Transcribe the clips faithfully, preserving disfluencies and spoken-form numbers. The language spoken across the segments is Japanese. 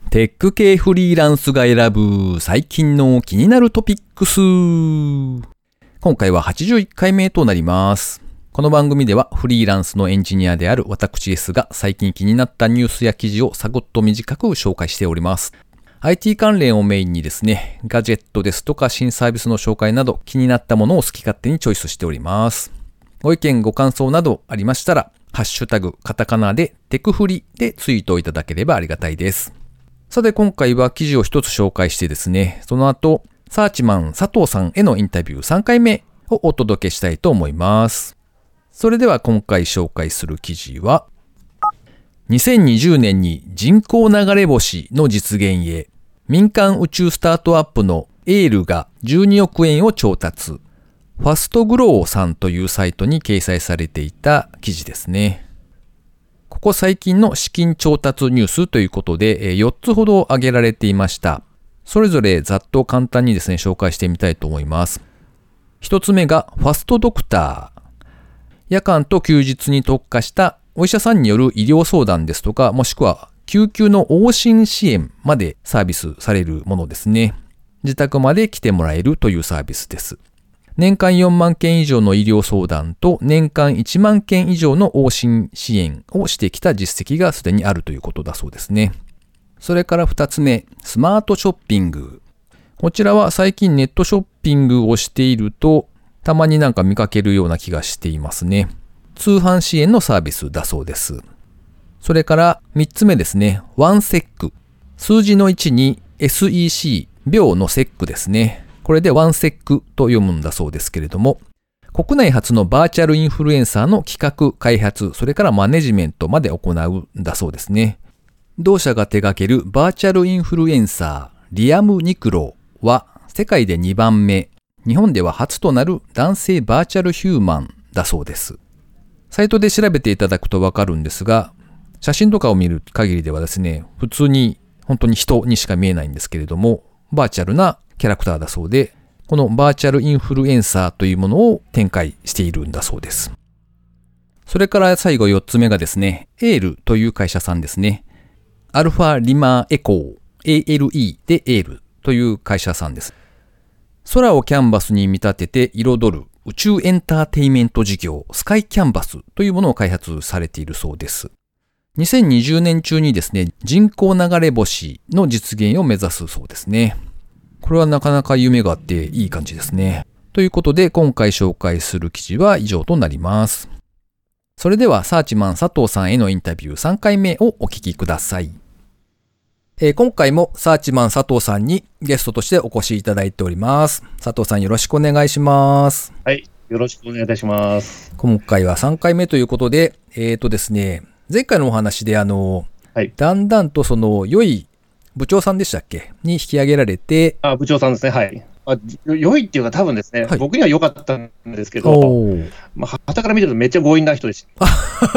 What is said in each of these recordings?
テック系フリーランスが選ぶ最近の気になるトピックス。今回ははちじゅういっかいめとなります。この番組ではフリーランスのエンジニアである私 S が最近気になったニュースや記事をサクッと短く紹介しております。アイティー 関連をメインにですね、ガジェットですとか新サービスの紹介など気になったものを好き勝手にチョイスしております。ご意見ご感想などありましたら、ハッシュタグカタカナでテクフリでツイートをいただければありがたいです。さて今回は記事を一つ紹介してですね、その後、サーチマン佐藤さんへのインタビューさんかいめをお届けしたいと思います。それでは今回紹介する記事は、にせんにじゅうねんに人工流れ星の実現へ、民間宇宙スタートアップのエールがじゅうにおくえんを調達。ファストグローさんというサイトに掲載されていた記事ですね。ここ最近の資金調達ニュースということでよっつほど挙げられていました。それぞれざっと簡単にですね、紹介してみたいと思います。一つ目がファストドクター。夜間と休日に特化したお医者さんによる医療相談ですとか、もしくは救急の往診支援までサービスされるものですね。自宅まで来てもらえるというサービスです。年間よんまんけん以上の医療相談と年間いちまんけん以上の往診支援をしてきた実績がすでにあるということだそうですね。それから二つ目、スマートショッピング。こちらは最近ネットショッピングをしているとたまになんか見かけるような気がしていますね。通販支援のサービスだそうです。それから三つ目ですね、ワンセック。数字のいちに エスイーシー、秒のセックですね。これでワンセックと読むんだそうですけれども、国内初のバーチャルインフルエンサーの企画、開発、それからマネジメントまで行うんだそうですね。同社が手掛けるバーチャルインフルエンサー、リアム・ニクロは世界でにばんめ、日本では初となる男性バーチャルヒューマンだそうです。サイトで調べていただくとわかるんですが、写真とかを見る限りではですね、普通に本当に人にしか見えないんですけれども、バーチャルなキャラクターだそうで、このバーチャルインフルエンサーというものを展開しているんだそうです。それから最後よっつめがですね、エールという会社さんですね。アルファリマーエコー、エーエルイー でエールという会社さんです。空をキャンバスに見立てて彩る宇宙エンターテイメント事業、スカイキャンバスというものを開発されているそうです。にせんにじゅうねん中にですね、人工流れ星の実現を目指すそうですね。これはなかなか夢があっていい感じですね。ということで今回紹介する記事は以上となります。それではサーチマン佐藤さんへのインタビューさんかいめをお聞きください。えー、今回もサーチマン佐藤さんにゲストとしてお越しいただいております。佐藤さんよろしくお願いします。 はい、よろしくお願いいたします。 今回はさんかいめということで、えーとですね、前回のお話であの、はい、だんだんとその良い部長さんでしたっけに引き上げられて、 あ、部長さんですね。はい。あ、良いっていうか多分ですね、はい、僕には良かったんですけど、まあ、旗から見てるとめっちゃ強引な人でした。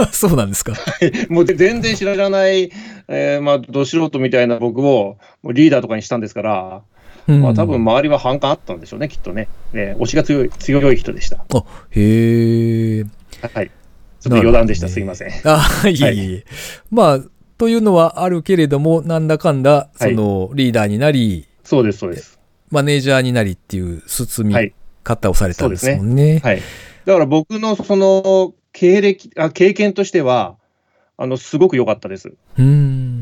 そうなんですか。 もう全然知らない、えー、まあ、ど素人みたいな僕をリーダーとかにしたんですから、うん、まあ、多分周りは反感あったんでしょうね、きっとね。ね、推しが強い、強い人でした。 あ、へえ。 はい。ちょっと余談でした。すいません。 あ、いえいえ。はい、まあ、というのはあるけれども、なんだかんだ、その、リーダーになり、 はい、そうです、そうです。 マネージャーになりっていう包み方をされたんですもんね。 はい、そうですね。はい。だから僕のその経歴、あ、経験としては、あの、すごく良かったです。 うん。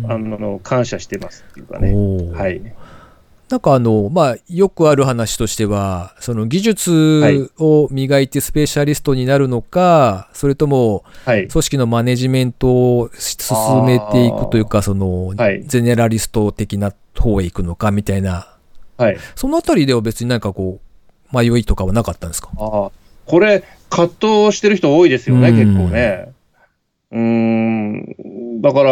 あの、感謝してますっていうかね。はい。 なんかあの、まあ、よくある話としては、その技術を磨いてスペシャリストになるのか、はい、それとも、組織のマネジメントを進めていくというか、その、はい、ゼネラリスト的な方へ行くのかみたいな、はい、そのあたりでは別に何かこう、迷いとかはなかったんですか？ ああ、これ、葛藤してる人多いですよね、結構ね。うーん、だから、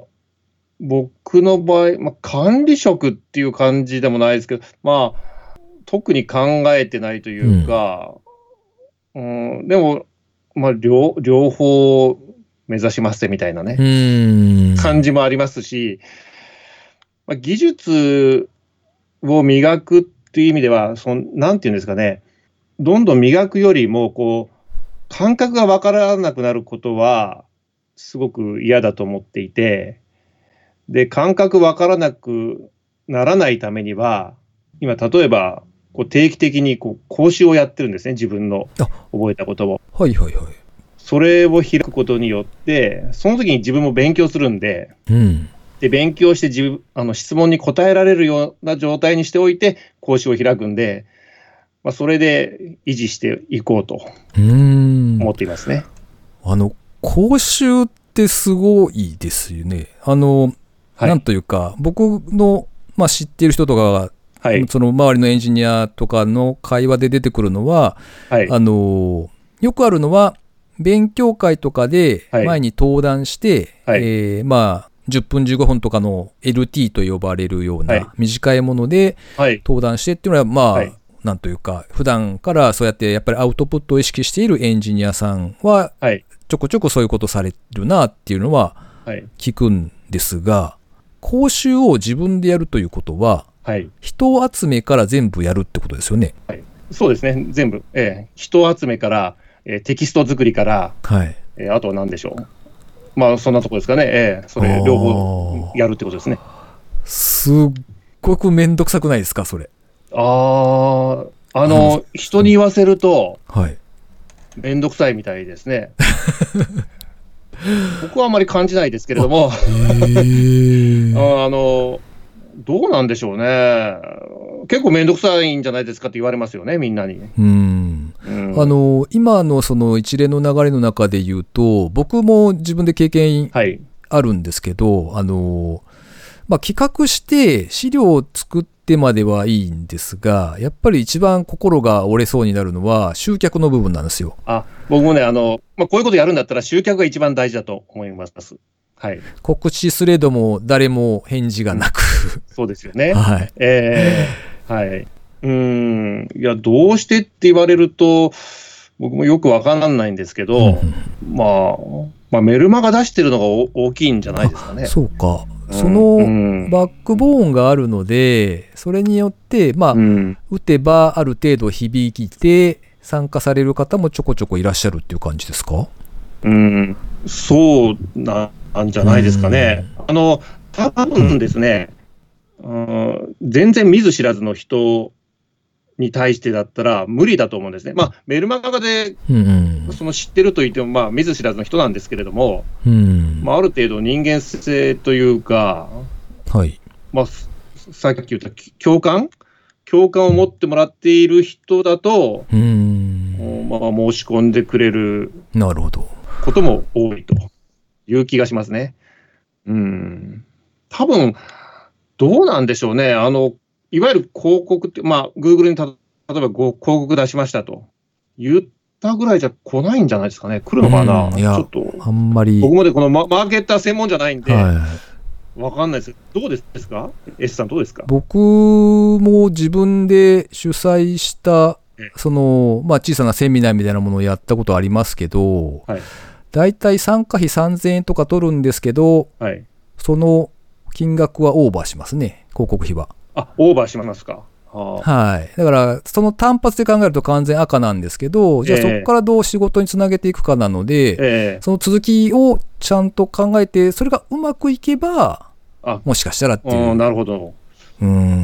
僕の場合、まあ、管理職っていう感じでもないですけど、まあ、特に考えてないというか、うん、うん、でも、まあ両、両方目指しますみたいなね、感じもありますし、まあ、技術を磨くっていう意味では、そのなんていうんですかね、どんどん磨くよりも、こう、感覚がわからなくなることは、すごく嫌だと思っていて、 で、感覚わからなくならないためには、今、例えば、こう定期的にこう講習をやってるんですね、自分の覚えたことを。 はいはいはい。 それを開くことによって、その時に自分も勉強するんで、 うん、で勉強して自分あの質問に答えられるような状態にしておいて、講習を開くんで、まあ、それで維持していこうと思っていますね。 あの講習ってすごいですよね。あの、はい、なんというか、僕の、まあ、知っている人とかが、はい、その周りのエンジニアとかの会話で出てくるのは、はい、あのよくあるのは、勉強会とかで前に登壇して、はいえー、まあじゅっぷんじゅうごふんとかの エルティー と呼ばれるような短いもので登壇してっていうのは、まあ、はい、なんというか普段からそうやってやっぱりアウトプットを意識しているエンジニアさんはちょこちょこそういうことされるなっていうのは聞くんですが、講習を自分でやるということは、はい、人集めから全部やるってことですよね。 はい、そうですね、全部、えー、人集めからえー、テキスト作りから、はいえー、あとは何でしょう。まあ、そんなところですかね。えー、それ、両方やるってことですね。 すっごくめんどくさくないですか、それ。 ああ、あの、人に言わせると、はい、めんどくさいみたいですね。僕はあまり感じないですけれども、あの、どうなんでしょうね。結構めんどくさいんじゃないですかって言われますよね、みんなに。 うんうん、あの今のその一連の流れの中で言うと、僕も自分で経験あるんですけど、はいあのまあ、企画して資料を作ってまではいいんですが、やっぱり一番心が折れそうになるのは集客の部分なんですよ。 あ僕もねあの、まあ、こういうことやるんだったら集客が一番大事だと思います。はい、 告知すれども誰も返事がなく、 うん、そうですよね。はい、えーはい、うーんいやどうしてって言われると僕もよくわからないんですけど、うん、まあ、まあメルマガ出してるのが大きいんじゃないですかね。 そうか、うん、そのバックボーンがあるので、それによってまあ、うん、打てばある程度響いて参加される方もちょこちょこいらっしゃるっていう感じですか？ うん、そうなんじゃないですかね。あの多分ですね、うん、全然見ず知らずの人に対してだったら無理だと思うんですね。まあメルマガでその知ってると言っても、まあ見ず知らずの人なんですけれども、うんまあ、ある程度人間性というか、はいまあ、さっき言った共感共感を持ってもらっている人だと、うんまあ、申し込んでくれることも多いという気がしますね。うん多分どうなんでしょうね。あのいわゆる広告って、まあ、Google にた例えばご広告出しましたと言ったぐらいじゃ来ないんじゃないですかね。来るのかな、いやちょっとあんまり僕もねこの マ, マーケッター専門じゃないんで、はい、わかんないです。どうですか S さん、どうですか？ 僕も自分で主催したその、まあ、小さなセミナーみたいなものをやったことありますけど、はい、だいたい参加費さんぜんえんとか取るんですけど、はい、その金額はオーバーしますね、広告費は。 あ、オーバーしますか。はあ、はい。だからその単発で考えると完全赤なんですけど、じゃあそこからどう仕事につなげていくかなので、えー、その続きをちゃんと考えて、それがうまくいけばもしかしたらっていう。 なるほど。 うん。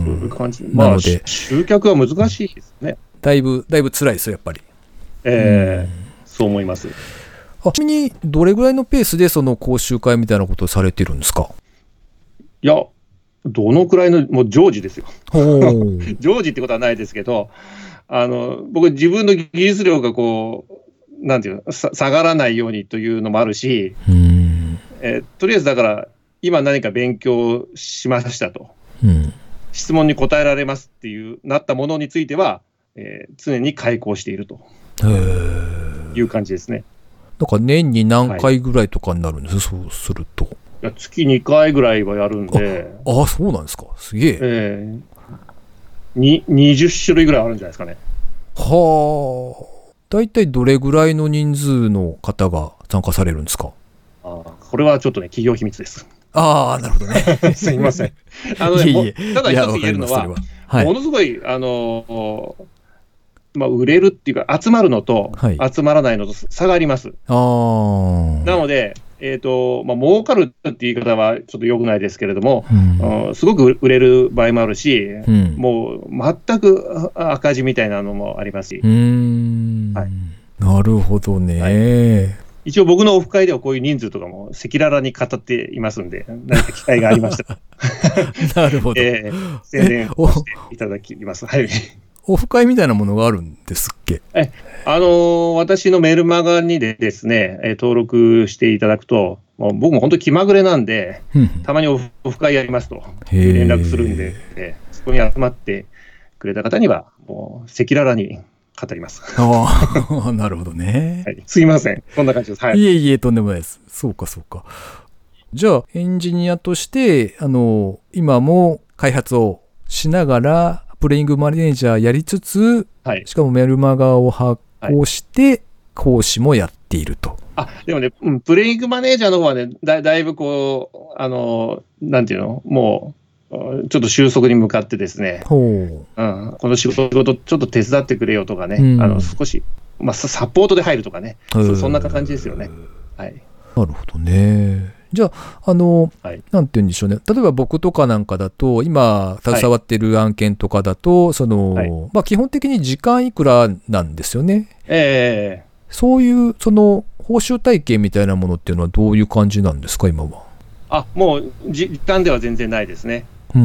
そういう感じ。まあ、なので集客は難しいですね。 だいぶだいぶ辛いですよやっぱり。 ええー、そう思います。 あ、ちなみにどれぐらいのペースでその講習会みたいなことをされてるんですか？ いや。どのくらいの、もう常時ですよ。常時ってことはないですけど、あの、僕自分の技術量がこう、なんていうの、下がらないようにというのもあるし、えー、とりあえずだから、今何か勉強しましたと、うん、質問に答えられますっていう、なったものについては、えー、常に開講しているという感じですね。 なんか年に何回ぐらいとかになるんです、はい、そうすると。 いや月にかいぐらいはやるんで。 ああ、そうなんですか。すげえ。 えー、ににじゅっしゅるいぐらいあるんじゃないですかね。 はあ。だいたいどれぐらいの人数の方が参加されるんですか？ ああ、これはちょっとね、企業秘密です。 ああ、なるほどね。 すいません。あのね、いえいえただ一つ言えるのは、はい、ものすごい、あのー、まあ、売れるっていうか、集まるのと、はい、集まらないのと差があります。あなので、 えっと、まあ、儲かるっていう言い方はちょっと良くないですけれども、 うんうん、すごく売れる場合もあるし、 うん、 もう全く赤字みたいなのもありますし。 うーん、 はい、 なるほどね、 はい。一応僕のオフ会ではこういう人数とかも赤裸々に語っていますんで、何か機会がありましたらなるほど。 えー、宣伝をしていただきます。はい。 オフ会みたいなものがあるんですっけ？ え、あのー私のメルマガにでですね、えー登録していただくと、もう僕も本当に気まぐれなんで、たまにオフオフ会やりますと連絡するんで、えーそこに集まってくれた方には、もう赤裸々に語ります。 ああ、なるほどね、 はい。すいません。そんな感じです。はい。 いえいえ、とんでもないです。そうか、そうか。じゃあ、エンジニアとして、あの、今も開発をしながら、プレイングマネージャーやりつつ、 はい、 しかもメルマガを発行して、講師もやっていると。 あ、でもね、うん、プレイングマネージャーの方はね、だ, だいぶこう、あの、なんていうの、もう、ちょっと収束に向かってですね、 ほう、ん、この仕事ちょっと手伝ってくれよとかね、 うん、 あの少し、まあ、サポートで入るとかね、そ, そんな感じですよね。はい、 なるほどね。じゃあ、あの、はい、なんて言うんでしょうね。例えば僕とかなんかだと、今、携わってる案件とかだと、はい、その、はい、まあ、基本的に時間いくらなんですよね。 ええー、 そういう、その、報酬体系みたいなものっていうのはどういう感じなんですか、今は。 あ、もう、時間では全然ないですね。 うん。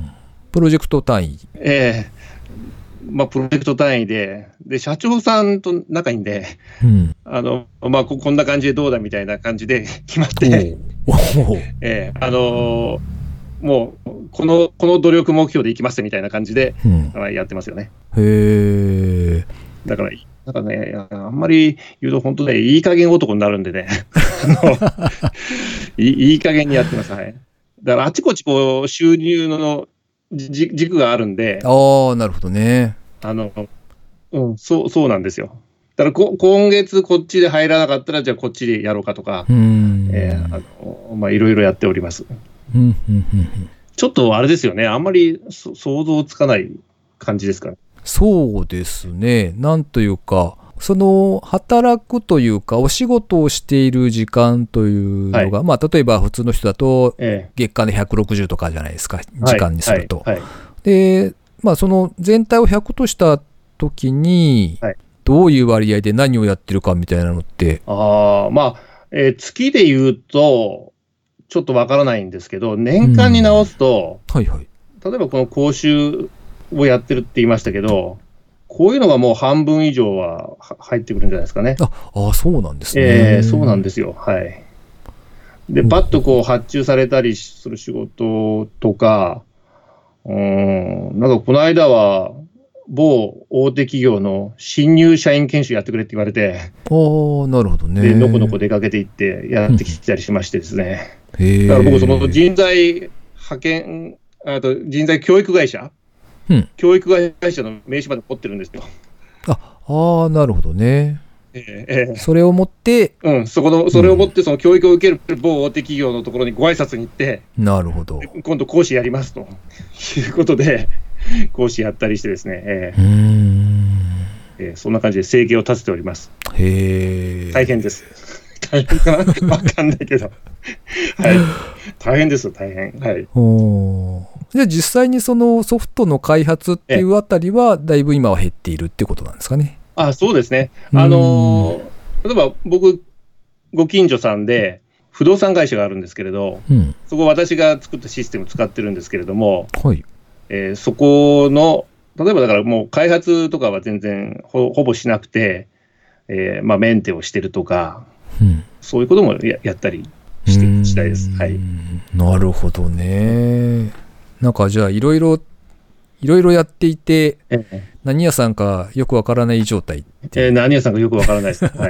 プロジェクト単位。 ええー、まあ、プロジェクト単位で、で、社長さんと仲いいんで、うん、あの、まあこ、こんな感じでどうだみたいな感じで決まって、えー、あのー、もう、この、この努力目標でいきますみたいな感じで、うん、やってますよね。 へー。 だから、なんかね、あんまり言うと本当ね、いい加減男になるんでね、あのいい、いい加減にやってます。はい。だから、あちこちこう、収入の軸があるんで、 ああ、なるほどね。 あの、うん、そう、そうなんですよ。だからこ今月こっちで入らなかったら、じゃあこっちでやろうかとか、えー、あのまあいろいろやっております。ちょっとあれですよね、あんまり想像つかない感じですかね。 そうですね。なんというか、その働くというかお仕事をしている時間というのが、はい、まあ例えば普通の人だと月間でひゃくろくじゅうとかじゃないですか、時間にすると。はいはいはい、で、まあその全体をひゃくとした時に、はい、どういう割合で何をやってるかみたいなのって。 ああ、まあ、えー、月で言うと、ちょっとわからないんですけど、年間に直すと、 うん、はいはい、 例えばこの講習をやってるって言いましたけど、こういうのがもう半分以上は入ってくるんじゃないですかね。 ああ、そうなんですね。 えー、そうなんですよ。はい。で、パッとこう発注されたりする仕事とか、うーん、なんかこの間は、某大手企業の新入社員研修やってくれって言われて、 ああ、なるほどね。 で、のこのこ出かけていってやってきたりしましてですね。うん、だから僕、その人材派遣、あと人材教育会社、うん、教育会社の名刺まで持ってるんですよ。 ああ、なるほどね。 えーえー、 それを持って、 うん、そこの、それを持って、その教育を受ける某大手企業のところにご挨拶に行って、 なるほど。 今度講師やりますということで、講師やったりしてですね、えー、うーん、えー、そんな感じで生計を立てております。 へー。 大変です。大変かなわかんないけど。はい。大変ですよ、大変。はい。 おじゃあ実際にそのソフトの開発っていうあたりは、だいぶ今は減っているってことなんですかね。 あ、そうですね。あのー、例えば僕、ご近所さんで、不動産会社があるんですけれど、うん、そこ私が作ったシステムを使ってるんですけれども、はい、えー、そこの、例えばだからもう開発とかは全然 ほ, ほぼしなくて、えーまあ、メンテをしてるとか、うん、そういうことも や, やったりしてる次第です。はい。 なるほどね。なんかじゃあいろいろいろいろやっていて、ええ、何屋さんかよくわからない状態って、 えー、何屋さんかよくわからないです。はい。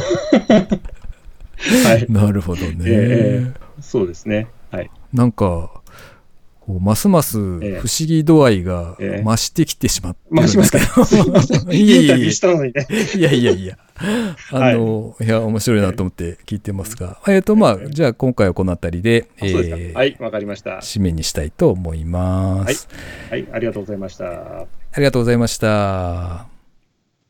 はい、なるほどね、 えー。そうですね。はい。 なんかこうますます不思議度合いが増してきてしまってるんですけど、えー、 いやいやいやしたのにね。 いやいやいや、あの、はい、いや面白いなと思って聞いてますが、えっとまあじゃあ今回はこのあたりで、 えー、はい、わかりました。 締めにしたいと思います。 はい、はい、ありがとうございました。 ありがとうございました。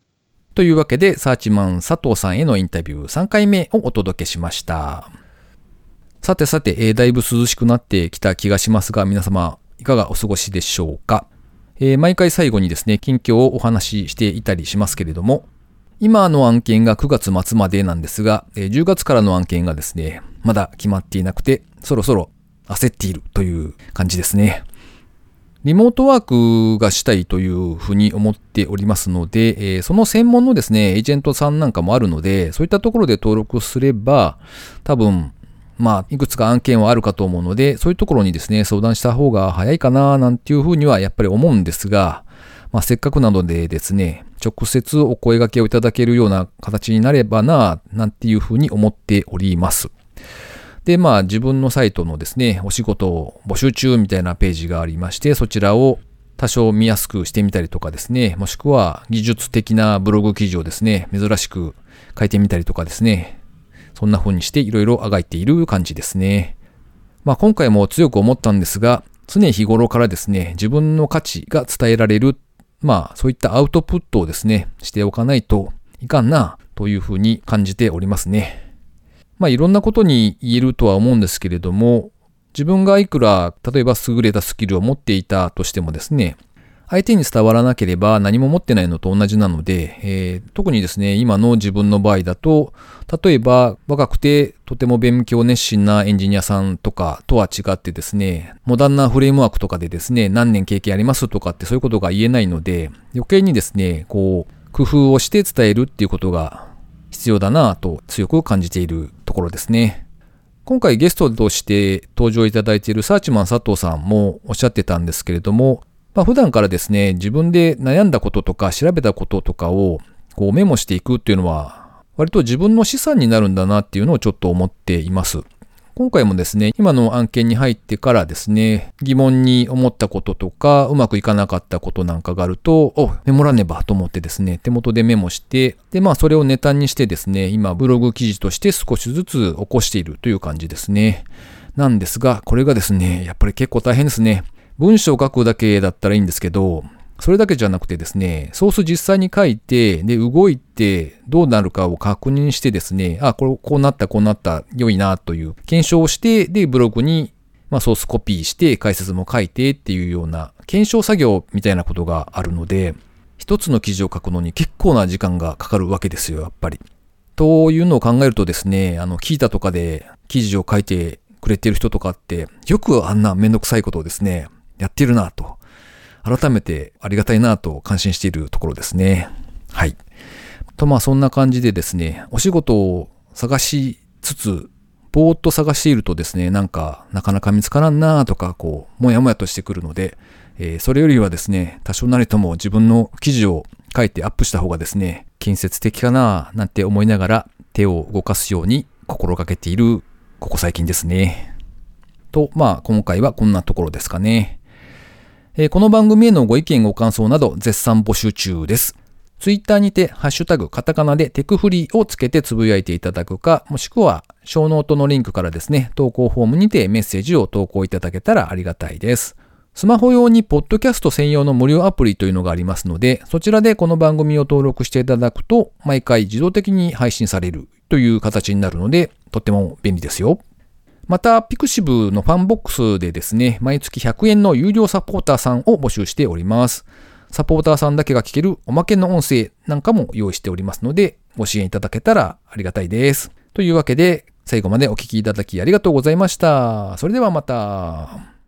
というわけで、サーチマン佐藤さんへのインタビューさんかいめをお届けしました。さてさて、えー、だいぶ涼しくなってきた気がしますが、皆様いかがお過ごしでしょうか。えー、毎回最後にですね、近況をお話ししていたりしますけれども、今の案件がくがつ末までなんですが、えー、じゅうがつからの案件がですね、まだ決まっていなくて、そろそろ焦っているという感じですね。リモートワークがしたいというふうに思っておりますので、えー、その専門のですね、エージェントさんなんかもあるので、そういったところで登録すれば、多分、まあ、いくつか案件はあるかと思うので、そういうところにですね、相談した方が早いかな、なんていうふうにはやっぱり思うんですが、まあ、せっかくなのでですね、直接お声掛けをいただけるような形になればな、なんていうふうに思っております。で、まあ、自分のサイトのですね、お仕事を募集中みたいなページがありまして、そちらを多少見やすくしてみたりとかですね、もしくは技術的なブログ記事をですね、珍しく書いてみたりとかですね、そんな風にしていろいろあがいている感じですね。まあ今回も強く思ったんですが、常日頃からですね、自分の価値が伝えられる、まあそういったアウトプットをですね、しておかないといかんな、という風に感じておりますね。まあいろんなことに言えるとは思うんですけれども、自分がいくら、例えば優れたスキルを持っていたとしてもですね、相手に伝わらなければ何も持ってないのと同じなので、えー、特にですね、今の自分の場合だと、例えば若くてとても勉強熱心なエンジニアさんとかとは違ってですね、モダンなフレームワークとかでですね、何年経験ありますとかってそういうことが言えないので、余計にですね、こう、工夫をして伝えるっていうことが必要だなぁと強く感じているところですね。今回ゲストとして登場いただいているサーチマン佐藤さんもおっしゃってたんですけれども、まあ普段からですね、自分で悩んだこととか調べたこととかをこうメモしていくっていうのは割と自分の資産になるんだなっていうのをちょっと思っています。今回もですね、今の案件に入ってからですね、疑問に思ったこととかうまくいかなかったことなんかがあると、お、メモらねばと思ってですね、手元でメモして、でまあそれをネタにしてですね、今ブログ記事として少しずつ起こしているという感じですね。なんですが、これがですね、やっぱり結構大変ですね。文章を書くだけだったらいいんですけど、それだけじゃなくてですね、ソース実際に書いて、で、動いて、どうなるかを確認してですね、あ、これ、こうなった、こうなった、良いな、という検証をして、で、ブログに、まあ、ソースコピーして、解説も書いてっていうような、検証作業みたいなことがあるので、一つの記事を書くのに結構な時間がかかるわけですよ、やっぱり。というのを考えるとですね、あの、キータとかで記事を書いてくれてる人とかって、よくあんなめんどくさいことをですね、やってるなと。改めてありがたいなと感心しているところですね。はい。とまあそんな感じでですね、お仕事を探しつつ、ぼーっと探しているとですね、なんかなかなか見つからんなとか、こう、もやもやとしてくるので、えー、それよりはですね、多少なりとも自分の記事を書いてアップした方がですね、建設的かななんて思いながら手を動かすように心がけているここ最近ですね。と、まあ今回はこんなところですかね。えー、この番組へのご意見ご感想など絶賛募集中です。ツイッターにてハッシュタグカタカナでテクフリーをつけてつぶやいていただくか、もしくは小ノートのリンクからですね、投稿フォームにてメッセージを投稿いただけたらありがたいです。スマホ用にポッドキャスト専用の無料アプリというのがありますので、そちらでこの番組を登録していただくと毎回自動的に配信されるという形になるので、とっても便利ですよ。また、ピクシブのファンボックスでですね、毎月ひゃくえんの有料サポーターさんを募集しております。サポーターさんだけが聞けるおまけの音声なんかも用意しておりますので、ご支援いただけたらありがたいです。というわけで、最後までお聞きいただきありがとうございました。それではまた。